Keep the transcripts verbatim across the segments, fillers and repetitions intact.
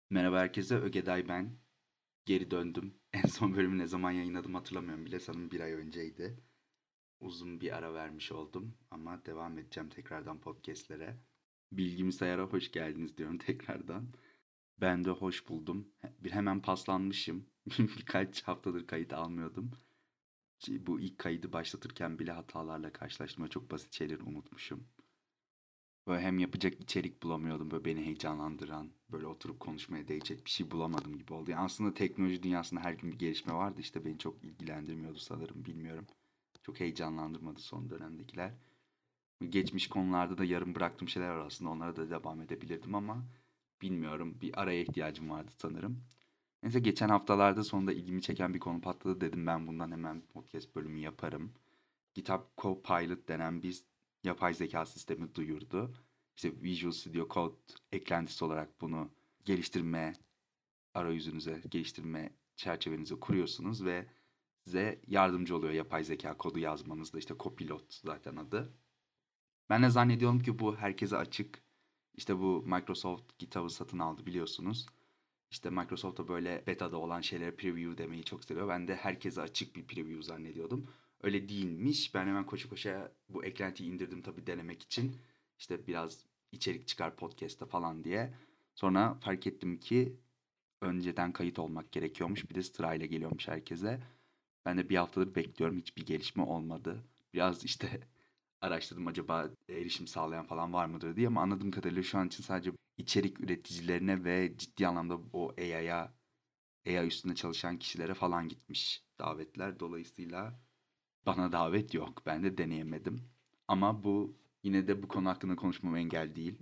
Merhaba herkese, Ögeday ben. Geri döndüm. En son bölümü ne zaman yayınladım hatırlamıyorum bile. Sanırım bir ay önceydi. Uzun bir ara vermiş oldum ama devam edeceğim tekrardan podcastlere. Bilgimi Sayar'a hoş geldiniz diyorum tekrardan. Ben de hoş buldum. Bir hemen paslanmışım. Birkaç haftadır kayıt almıyordum. Bu ilk kaydı başlatırken bile hatalarla karşılaştım. Çok basit şeyleri unutmuşum. Böyle hem yapacak içerik bulamıyordum böyle beni heyecanlandıran, böyle oturup konuşmaya değecek bir şey bulamadım gibi oldu. Yani aslında teknoloji dünyasında her gün bir gelişme vardı işte beni çok ilgilendirmiyordu sanırım bilmiyorum. Çok heyecanlandırmadı son dönemdekiler. Geçmiş konularda da yarım bıraktığım şeyler var aslında onlara da devam edebilirdim ama bilmiyorum bir araya ihtiyacım vardı sanırım. Neyse geçen haftalarda sonunda ilgimi çeken bir konu patladı dedim ben bundan hemen podcast bölümü yaparım. GitHub Copilot denen bir yapay zeka sistemi duyurdu. İşte Visual Studio Code eklentisi olarak bunu geliştirme arayüzünüze, geliştirme çerçevenize kuruyorsunuz ve size yardımcı oluyor yapay zeka kodu yazmanızda. İşte Copilot zaten adı. Ben de zannediyorum ki bu herkese açık. İşte bu Microsoft GitHub'ı satın aldı biliyorsunuz. İşte Microsoft'ta böyle beta'da olan şeylere preview demeyi çok seviyor. Ben de herkese açık bir preview zannediyordum. Öyle değilmiş. Ben hemen koşa koşa bu eklentiyi indirdim tabii denemek için. İşte biraz içerik çıkar podcast'ta falan diye. Sonra fark ettim ki önceden kayıt olmak gerekiyormuş. Bir de sırayla geliyormuş herkese. Ben de bir haftadır bekliyorum. Hiçbir gelişme olmadı. Biraz işte araştırdım acaba erişim sağlayan falan var mıdır diye ama anladığım kadarıyla şu an için sadece içerik üreticilerine ve ciddi anlamda o A I'ya, A I üstünde çalışan kişilere falan gitmiş davetler. Dolayısıyla bana davet yok. Ben de deneyemedim. Ama bu yine de bu konu hakkında konuşmama engel değil.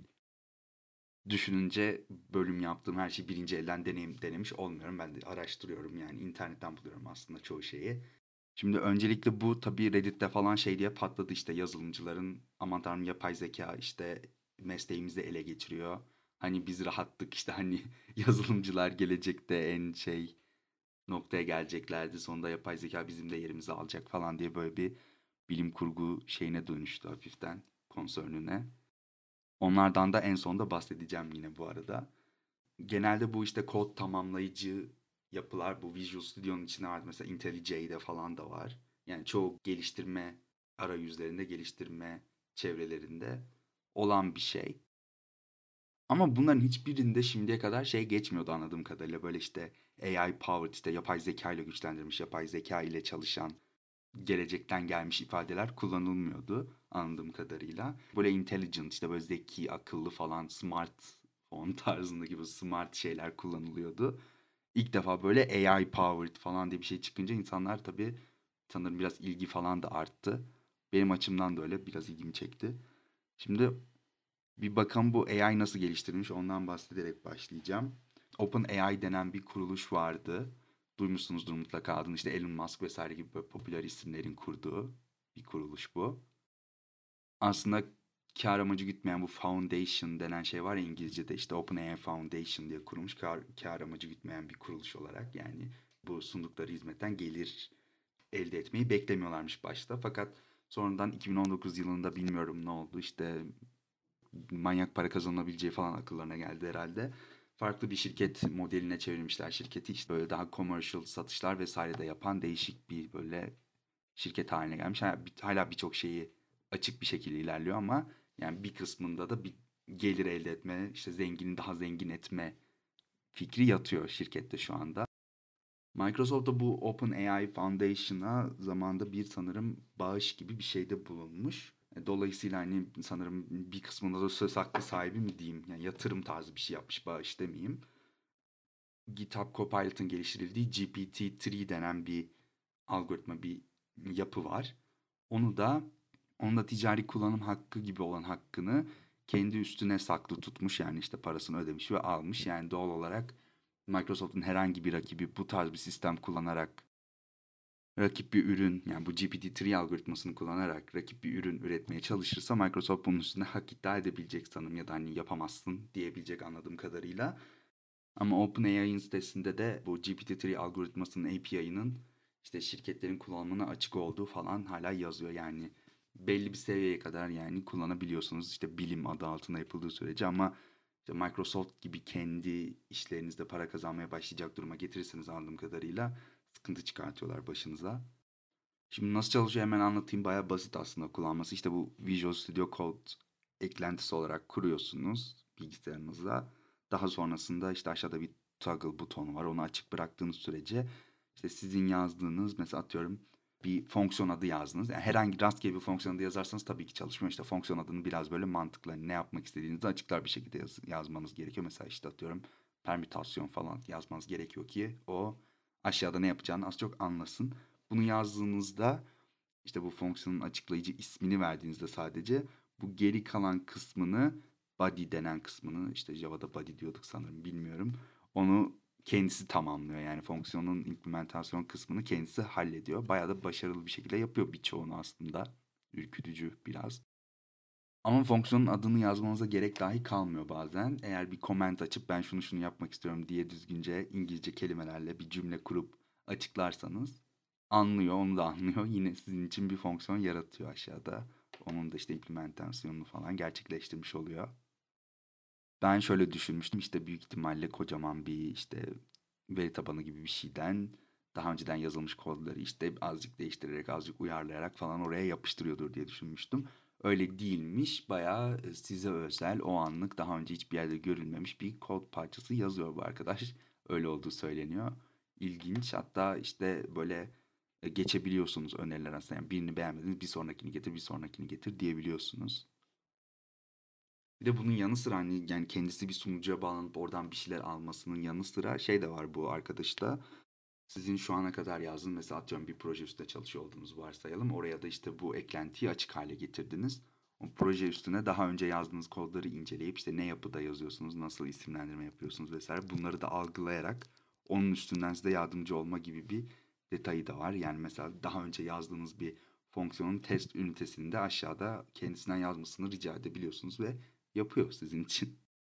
Düşününce bölüm yaptığım her şeyi birinci elden deneyim, denemiş olmuyorum. Ben de araştırıyorum yani internetten buluyorum aslında çoğu şeyi. Şimdi öncelikle bu tabii Reddit'te falan şey diye patladı işte yazılımcıların aman tanrım yapay zeka işte mesleğimizi ele geçiriyor. Hani biz rahattık işte hani yazılımcılar gelecekte en şey noktaya geleceklerdi. Sonunda yapay zeka bizim de yerimizi alacak falan diye böyle bir bilim kurgu şeyine dönüştü hafiften konsörününe. Onlardan da en sonda bahsedeceğim yine bu arada. Genelde bu işte kod tamamlayıcı yapılar bu Visual Studio'nun içinde var. Mesela IntelliJ'de falan da var. Yani çoğu geliştirme arayüzlerinde, geliştirme çevrelerinde olan bir şey. Ama bunların hiçbirinde şimdiye kadar şey geçmiyordu anladığım kadarıyla. Böyle işte A I powered işte yapay zeka ile güçlendirilmiş, yapay zeka ile çalışan, gelecekten gelmiş ifadeler kullanılmıyordu anladığım kadarıyla. Böyle intelligent işte böyle zeki, akıllı falan, smart phone tarzında gibi smart şeyler kullanılıyordu. İlk defa böyle A I powered falan diye bir şey çıkınca insanlar tabii sanırım biraz ilgi falan da arttı. Benim açımdan da öyle biraz ilgimi çekti. Şimdi bir bakalım bu A I nasıl geliştirilmiş ondan bahsederek başlayacağım. OpenAI denen bir kuruluş vardı. Duymuşsunuzdur mutlaka adını işte Elon Musk vesaire gibi böyle popüler isimlerin kurduğu bir kuruluş bu. Aslında kar amacı gütmeyen bu foundation denen şey var ya İngilizce'de işte OpenAI Foundation diye kurulmuş kar, kar amacı gütmeyen bir kuruluş olarak yani bu sundukları hizmetten gelir elde etmeyi beklemiyorlarmış başta. Fakat sonradan iki bin on dokuz yılında bilmiyorum ne oldu işte manyak para kazanabileceği falan akıllarına geldi herhalde. Farklı bir şirket modeline çevirmişler şirketi işte böyle daha commercial satışlar vesaire de yapan değişik bir böyle şirket haline gelmiş. Hala bir- Hala birçok şeyi açık bir şekilde ilerliyor ama yani bir kısmında da bir gelir elde etme, işte zengini daha zengin etme fikri yatıyor şirkette şu anda. Microsoft da bu OpenAI Foundation'a zamanda bir sanırım bağış gibi bir şeyde bulunmuş. E, Dolayısıyla hani sanırım bir kısmında da söz hakkı sahibi mi diyeyim, yani yatırım tarzı bir şey yapmış, bağış demeyeyim. GitHub Copilot'ın geliştirildiği G P T üç denen bir algoritma, bir yapı var. Onu da onun da ticari kullanım hakkı gibi olan hakkını kendi üstüne saklı tutmuş. Yani işte parasını ödemiş ve almış. Yani doğal olarak Microsoft'un herhangi bir rakibi bu tarz bir sistem kullanarak rakip bir ürün yani bu G P T üç algoritmasını kullanarak rakip bir ürün üretmeye çalışırsa Microsoft bunun üstünde hak iddia edebilecek sanırım ya da hani yapamazsın diyebilecek anladığım kadarıyla. Ama OpenAI'ın sitesinde de bu G P T üç algoritmasının A P I'ının işte şirketlerin kullanımına açık olduğu falan hala yazıyor. Yani belli bir seviyeye kadar yani kullanabiliyorsunuz işte bilim adı altında yapıldığı sürece ama işte Microsoft gibi kendi işlerinizde para kazanmaya başlayacak duruma getirirseniz anladığım kadarıyla sıkıntı çıkartıyorlar başınıza. Şimdi nasıl çalışıyor hemen anlatayım. Bayağı basit aslında kullanması. İşte bu Visual Studio Code eklentisi olarak kuruyorsunuz bilgisayarınıza. Daha sonrasında işte aşağıda bir toggle butonu var. Onu açık bıraktığınız sürece işte sizin yazdığınız, mesela atıyorum bir fonksiyon adı yazdınız. Yani herhangi rastgele bir fonksiyon adı yazarsanız tabii ki çalışmıyor. İşte fonksiyon adını biraz böyle mantıklı, hani ne yapmak istediğinizi açıklar bir şekilde yaz- yazmanız gerekiyor. Mesela işte atıyorum permütasyon falan yazmanız gerekiyor ki o aşağıda ne yapacağını az çok anlasın. Bunu yazdığınızda işte bu fonksiyonun açıklayıcı ismini verdiğinizde sadece bu geri kalan kısmını, body denen kısmını, işte Java'da body diyorduk sanırım, bilmiyorum. Onu kendisi tamamlıyor. Yani fonksiyonun implementasyon kısmını kendisi hallediyor. Bayağı da başarılı bir şekilde yapıyor birçoğunu aslında. Ürkütücü biraz. Ama fonksiyonun adını yazmanıza gerek dahi kalmıyor bazen. Eğer bir comment açıp ben şunu şunu yapmak istiyorum diye düzgünce İngilizce kelimelerle bir cümle kurup açıklarsanız anlıyor, onu da anlıyor. Yine sizin için bir fonksiyon yaratıyor aşağıda. Onun da işte implementasyonunu falan gerçekleştirmiş oluyor. Ben şöyle düşünmüştüm, işte büyük ihtimalle kocaman bir işte veri tabanı gibi bir şeyden daha önceden yazılmış kodları işte azıcık değiştirerek, azıcık uyarlayarak falan oraya yapıştırıyordur diye düşünmüştüm. Öyle değilmiş. Bayağı e, size özel, o anlık, daha önce hiçbir yerde görülmemiş bir kod parçası yazıyor bu arkadaş. Öyle olduğu söyleniyor. İlginç. Hatta işte böyle e, geçebiliyorsunuz öneriler arasında. Yani birini beğenmediniz, bir sonrakini getir, bir sonrakini getir diyebiliyorsunuz. Bir de bunun yanı sıra hani yani kendisi bir sunucuya bağlanıp oradan bir şeyler almasının yanı sıra şey de var bu arkadaşta. Sizin şu ana kadar yazdığınız, mesela atıyorum bir proje üstünde çalışıyor olduğunuzu varsayalım. Oraya da işte bu eklentiyi açık hale getirdiniz. O proje üstüne daha önce yazdığınız kodları inceleyip işte ne yapıda yazıyorsunuz, nasıl isimlendirme yapıyorsunuz vesaire, bunları da algılayarak onun üstünden size yardımcı olma gibi bir detayı da var. Yani mesela daha önce yazdığınız bir fonksiyonun test ünitesinde aşağıda kendisinden yazmasını rica edebiliyorsunuz ve yapıyor sizin için.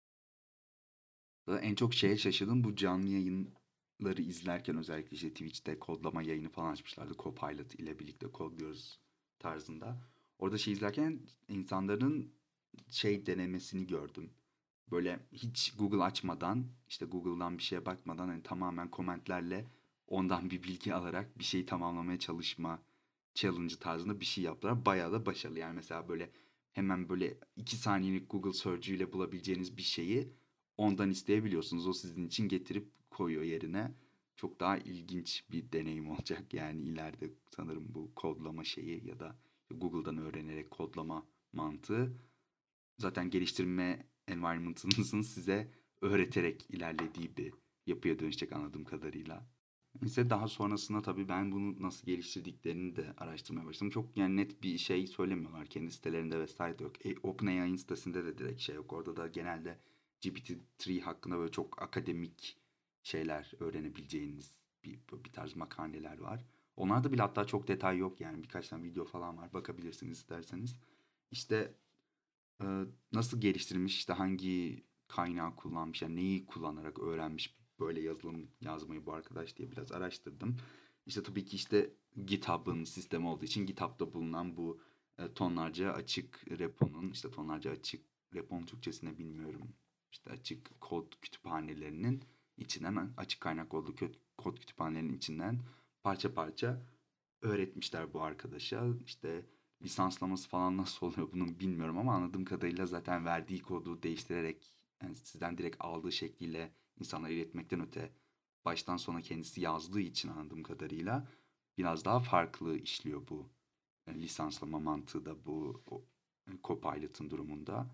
Zaten en çok şeye şaşırdım, bu canlı yayınları izlerken, özellikle işte Twitch'te kodlama yayını falan açmışlardı. Copilot ile birlikte kodluyoruz tarzında. Orada şey izlerken insanların şey denemesini gördüm. Böyle hiç Google açmadan, işte Google'dan bir şeye bakmadan, hani tamamen komentlerle ondan bir bilgi alarak bir şeyi tamamlamaya çalışma challenge tarzında bir şey yaptılar. Bayağı da başarılı. Yani mesela böyle hemen böyle iki saniyelik Google Search ile bulabileceğiniz bir şeyi ondan isteyebiliyorsunuz. O sizin için getirip koyuyor yerine. Çok daha ilginç bir deneyim olacak. Yani ileride sanırım bu kodlama şeyi ya da Google'dan öğrenerek kodlama mantığı zaten geliştirme environment'ınızın size öğreterek ilerlediği bir yapıya dönüşecek anladığım kadarıyla. İşte daha sonrasında tabii ben bunu nasıl geliştirdiklerini de araştırmaya başladım. Çok yani net bir şey söylemiyorlar. Kendi sitelerinde vesaire de yok. E, OpenAI'nin sitesinde de direkt şey yok. Orada da genelde G P T üç hakkında böyle çok akademik şeyler öğrenebileceğiniz bir, bir tarz makaleler var. Onlarda bile hatta çok detay yok, yani birkaç tane video falan var. Bakabilirsiniz isterseniz. İşte e, nasıl geliştirilmiş, işte hangi kaynağı kullanmış, yani neyi kullanarak öğrenmiş böyle yazılım yazmayı bu arkadaş diye biraz araştırdım. İşte tabii ki işte GitHub'ın sistemi olduğu için GitHub'da bulunan bu e, tonlarca açık reponun, işte tonlarca açık reponun Türkçesini bilmiyorum. İşte açık kod kütüphanelerinin içinden, açık kaynak olduğu kod kütüphanelerinin içinden parça parça öğretmişler bu arkadaşa. İşte lisanslaması falan nasıl oluyor bunun bilmiyorum ama anladığım kadarıyla zaten verdiği kodu değiştirerek, yani sizden direkt aldığı şekliyle insanlara iletmekten öte baştan sona kendisi yazdığı için anladığım kadarıyla biraz daha farklı işliyor bu e, lisanslama mantığı da bu o, e, Copilot'ın durumunda.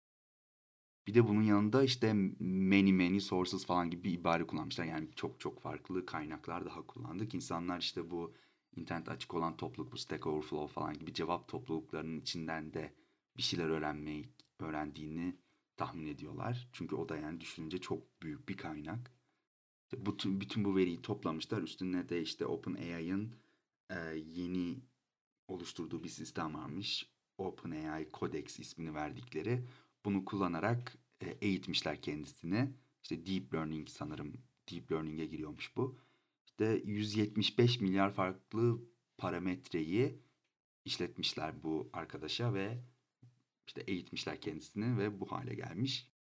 Bir de bunun yanında işte many many sources falan gibi bir ibare kullanmışlar. Yani çok çok farklı kaynaklar daha kullandık. İnsanlar işte bu internet açık olan topluluk, bu Stack Overflow falan gibi cevap topluluklarının içinden de bir şeyler öğrenmeyi öğrendiğini tahmin ediyorlar. Çünkü o da yani düşününce çok büyük bir kaynak. İşte bütün, bütün bu veriyi toplamışlar. Üstüne de işte OpenAI'ın e, yeni oluşturduğu bir sistem varmış. OpenAI Codex ismini verdikleri. Bunu kullanarak e, eğitmişler kendisini. İşte Deep Learning, sanırım Deep Learning'e giriyormuş bu. İşte yüz yetmiş beş milyar farklı parametreyi işletmişler bu arkadaşa ve işte eğitmişler kendisini ve bu hale gelmiş.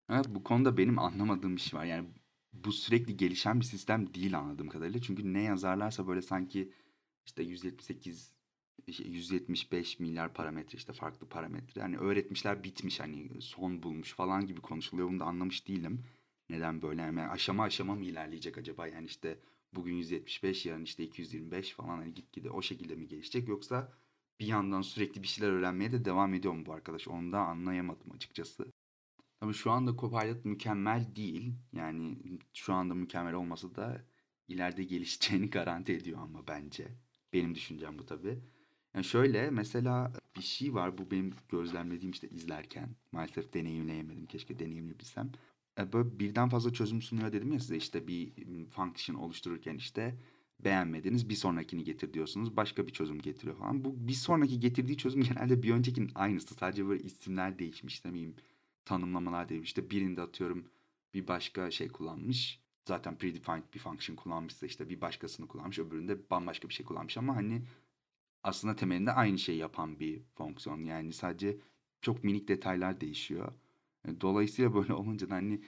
Evet, bu konuda benim anlamadığım bir şey var. Yani bu sürekli gelişen bir sistem değil anladığım kadarıyla. Çünkü ne yazarlarsa böyle sanki işte yüz yetmiş sekiz, şey, yüz yetmiş beş milyar parametre işte farklı parametre. Hani öğretmişler bitmiş hani son bulmuş falan gibi konuşuluyor. Bunu da anlamış değilim. Neden böyle? Yani aşama aşama mı ilerleyecek acaba? Yani işte bugün yüz yetmiş beş, yarın işte iki yüz yirmi beş falan hani gitgide o şekilde mi gelişecek? Yoksa bir yandan sürekli bir şeyler öğrenmeye de devam ediyor mu bu arkadaş? Onu da anlayamadım açıkçası. Tabii şu anda Copilot mükemmel değil. Yani şu anda mükemmel olmasa da ileride gelişeceğini garanti ediyor ama bence. Benim düşüncem bu tabii. Yani şöyle mesela bir şey var bu benim gözlemlediğim işte izlerken. Maalesef deneyimleyemedim. Keşke deneyimleyebilsem. E, Böyle birden fazla çözüm sunuyor dedim ya size işte bir m, function oluştururken işte beğenmediniz bir sonrakini getir diyorsunuz. Başka bir çözüm getiriyor falan. Bu bir sonraki getirdiği çözüm genelde bir öncekinin aynısı. Sadece böyle isimler değişmiş demeyeyim tanımlamalar değil. İşte birinde atıyorum bir başka şey kullanmış. Zaten predefined bir function kullanmışsa işte bir başkasını kullanmış. Öbüründe bambaşka bir şey kullanmış ama hani aslında temelinde aynı şeyi yapan bir fonksiyon. Yani sadece çok minik detaylar değişiyor. E, Dolayısıyla böyle olunca da hani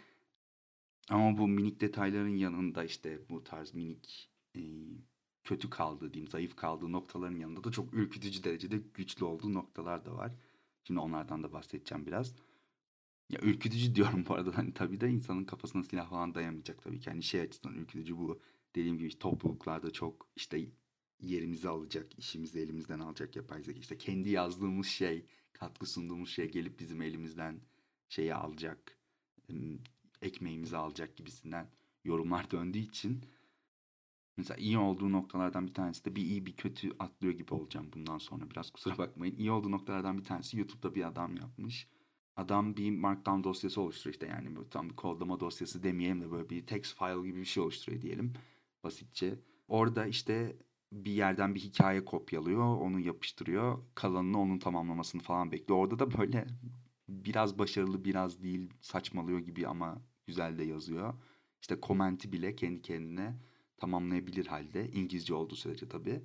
ama bu minik detayların yanında işte bu tarz minik e, kötü kaldığı diyeyim, zayıf kaldığı noktaların yanında da çok ürkütücü derecede güçlü olduğu noktalar da var. Şimdi onlardan da bahsedeceğim biraz. Ya ürkütücü diyorum bu arada hani tabii de insanın kafasına silah falan dayamayacak tabii ki. Hani şey açısından ürkütücü bu dediğim gibi işte topluluklarda çok işte yerimizi alacak, işimizi elimizden alacak yapay zeka. İşte kendi yazdığımız şey, katkı sunduğumuz şey gelip bizim elimizden şeyi alacak, em, ekmeğimizi alacak gibisinden yorumlar döndüğü için mesela iyi olduğu noktalardan bir tanesi de bir iyi bir kötü atlıyor gibi olacağım bundan sonra. Biraz kusura bakmayın. İyi olduğu noktalardan bir tanesi YouTube'da bir adam yapmış. Adam bir Markdown dosyası oluşturuyor işte yani böyle tam bir kodlama dosyası demeyelim de böyle bir text file gibi bir şey oluşturuyor diyelim basitçe. Orada işte bir yerden bir hikaye kopyalıyor, onu yapıştırıyor. Kalanını onun tamamlamasını falan bekliyor. Orada da böyle biraz başarılı biraz değil saçmalıyor gibi ama güzel de yazıyor. İşte komenti bile kendi kendine tamamlayabilir halde. İngilizce olduğu sürece tabii.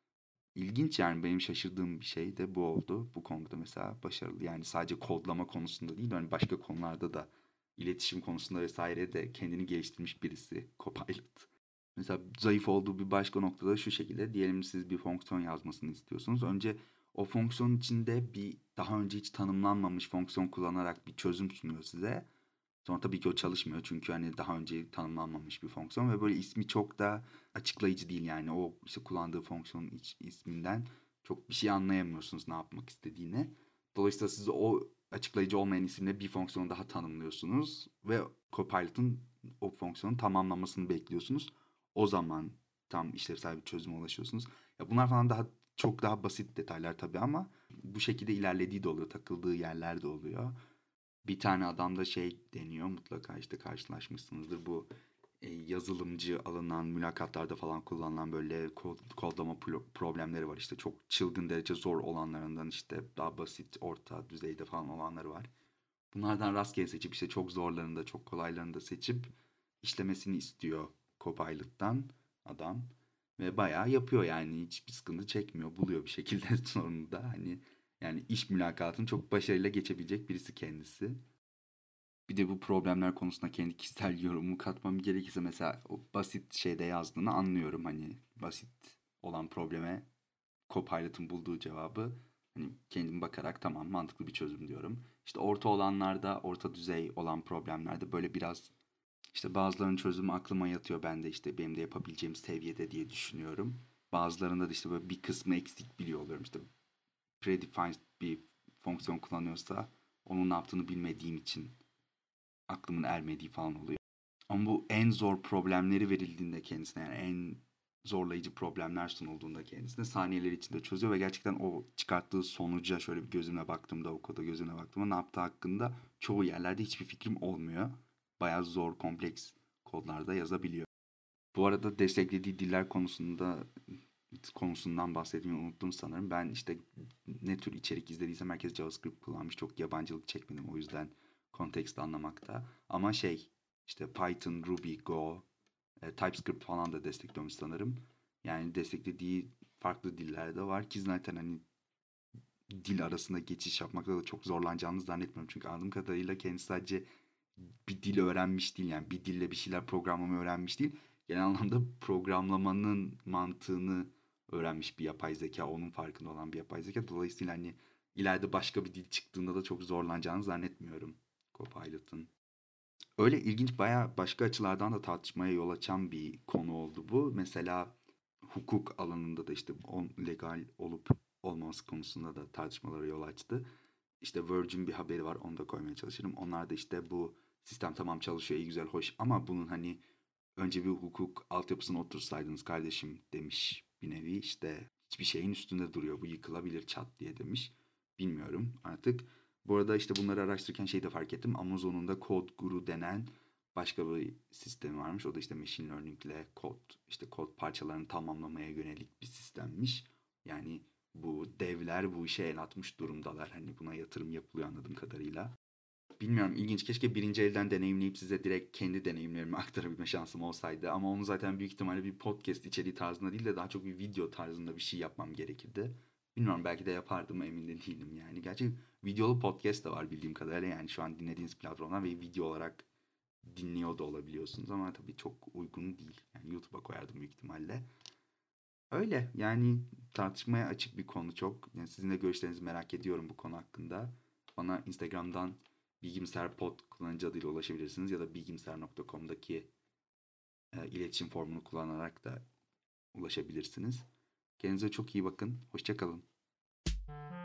İlginç yani benim şaşırdığım bir şey de bu oldu. Bu konuda mesela başarılı. Yani sadece kodlama konusunda değil, hani başka konularda da iletişim konusunda vesaire de kendini geliştirmiş birisi Copilot. Mesela zayıf olduğu bir başka noktada şu şekilde. Diyelim siz bir fonksiyon yazmasını istiyorsunuz. Önce o fonksiyonun içinde bir daha önce hiç tanımlanmamış fonksiyon kullanarak bir çözüm sunuyor size. Sonra tabii ki o çalışmıyor çünkü hani daha önce tanımlanmamış bir fonksiyon ve böyle ismi çok da açıklayıcı değil yani o işte kullandığı fonksiyonun iç, isminden çok bir şey anlayamıyorsunuz ne yapmak istediğini. Dolayısıyla siz o açıklayıcı olmayan isimle bir fonksiyonu daha tanımlıyorsunuz ve Copilot'ın o fonksiyonu tamamlamasını bekliyorsunuz. O zaman tam işlevsel bir çözüme ulaşıyorsunuz. Ya bunlar falan daha çok daha basit detaylar tabii ama bu şekilde ilerlediği de oluyor, takıldığı yerler de oluyor. Bir tane adam da şey deniyor mutlaka işte karşılaşmışsınızdır bu e, yazılımcı alınan mülakatlarda falan kullanılan böyle kod, kodlama pro- problemleri var işte çok çılgın derece zor olanlarından işte daha basit orta düzeyde falan olanları var. Bunlardan rastgele seçip işte çok zorlarını da çok kolaylarını da seçip işlemesini istiyor Copilot'tan adam ve bayağı yapıyor yani hiçbir sıkıntı çekmiyor buluyor bir şekilde sonunda hani yani iş mülakatını çok başarıyla geçebilecek birisi kendisi. Bir de bu problemler konusunda kendi kişisel yorumumu katmam gerekirse mesela o basit şeyde yazdığını anlıyorum. Hani basit olan probleme Copilot'ın bulduğu cevabı hani kendim bakarak tamam mantıklı bir çözüm diyorum. İşte orta olanlarda, orta düzey olan problemlerde böyle biraz işte bazılarının çözümü aklıma yatıyor. Ben de işte benim de yapabileceğim seviyede diye düşünüyorum. Bazılarında da işte böyle bir kısmı eksik biliyor oluyorum. İşte predefined bir fonksiyon kullanıyorsa onun ne yaptığını bilmediğim için aklımın ermediği falan oluyor. Ama bu en zor problemleri verildiğinde kendisine yani en zorlayıcı problemler sunulduğunda kendisine saniyeler içinde çözüyor ve gerçekten o çıkarttığı sonuca şöyle bir gözüme baktığımda o koda gözüme baktığımda ne yaptığı hakkında çoğu yerlerde hiçbir fikrim olmuyor. Bayağı zor kompleks kodlarda yazabiliyor. Bu arada desteklediği diller konusunda konusundan bahsetmeyi unuttum sanırım. Ben işte ne tür içerik izlediysem herkes JavaScript kullanmış. Çok yabancılık çekmedim o yüzden kontekst anlamakta. Ama şey işte Python, Ruby, Go, e, TypeScript falan da destekliyormuş sanırım. Yani desteklediği farklı diller de var ki zaten hani dil arasında geçiş yapmakta da çok zorlanacağını zannetmiyorum. Çünkü anladığım kadarıyla kendisi sadece bir dil öğrenmiş değil. Yani bir dille bir şeyler programlamayı öğrenmiş değil. Genel anlamda programlamanın mantığını öğrenmiş bir yapay zeka. Onun farkında olan bir yapay zeka. Dolayısıyla hani ileride başka bir dil çıktığında da çok zorlanacağını zannetmiyorum Copilot'ın. Öyle ilginç bayağı başka açılardan da tartışmaya yol açan bir konu oldu bu. Mesela hukuk alanında da işte on, legal olup olmaması konusunda da tartışmalara yol açtı. İşte Virgin bir haberi var, onu da koymaya çalışırım. Onlar da işte bu sistem tamam çalışıyor, iyi güzel hoş ama bunun hani önce bir hukuk altyapısını otursaydınız kardeşim demiş bir nevi. İşte hiçbir şeyin üstünde duruyor, bu yıkılabilir çat diye demiş. Bilmiyorum artık. Bu arada işte bunları araştırırken şey de fark ettim. Amazon'un da Code Guru denen başka bir sistemi varmış. O da işte machine learning ile kod, işte kod parçalarını tamamlamaya yönelik bir sistemmiş. Yani bu devler bu işe el atmış durumdalar. Hani buna yatırım yapılıyor anladığım kadarıyla. Bilmiyorum, ilginç. Keşke birinci elden deneyimleyip size direkt kendi deneyimlerimi aktarabilme şansım olsaydı. Ama onu zaten büyük ihtimalle bir podcast içeriği tarzında değil de daha çok bir video tarzında bir şey yapmam gerekirdi. Bilmiyorum, belki de yapardım, emin de değilim yani. Gerçi videolu podcast da var bildiğim kadarıyla, yani şu an dinlediğiniz platformdan ve video olarak dinliyor da olabiliyorsunuz ama tabii çok uygun değil. Yani YouTube'a koyardım büyük ihtimalle. Öyle yani, tartışmaya açık bir konu çok. Yani sizin de görüşlerinizi merak ediyorum bu konu hakkında. Bana Instagram'dan Bilgimser Pod kullanıcı adıyla ulaşabilirsiniz ya da bilgimser nokta com'daki e, iletişim formunu kullanarak da ulaşabilirsiniz. Kendinize çok iyi bakın. Hoşça kalın.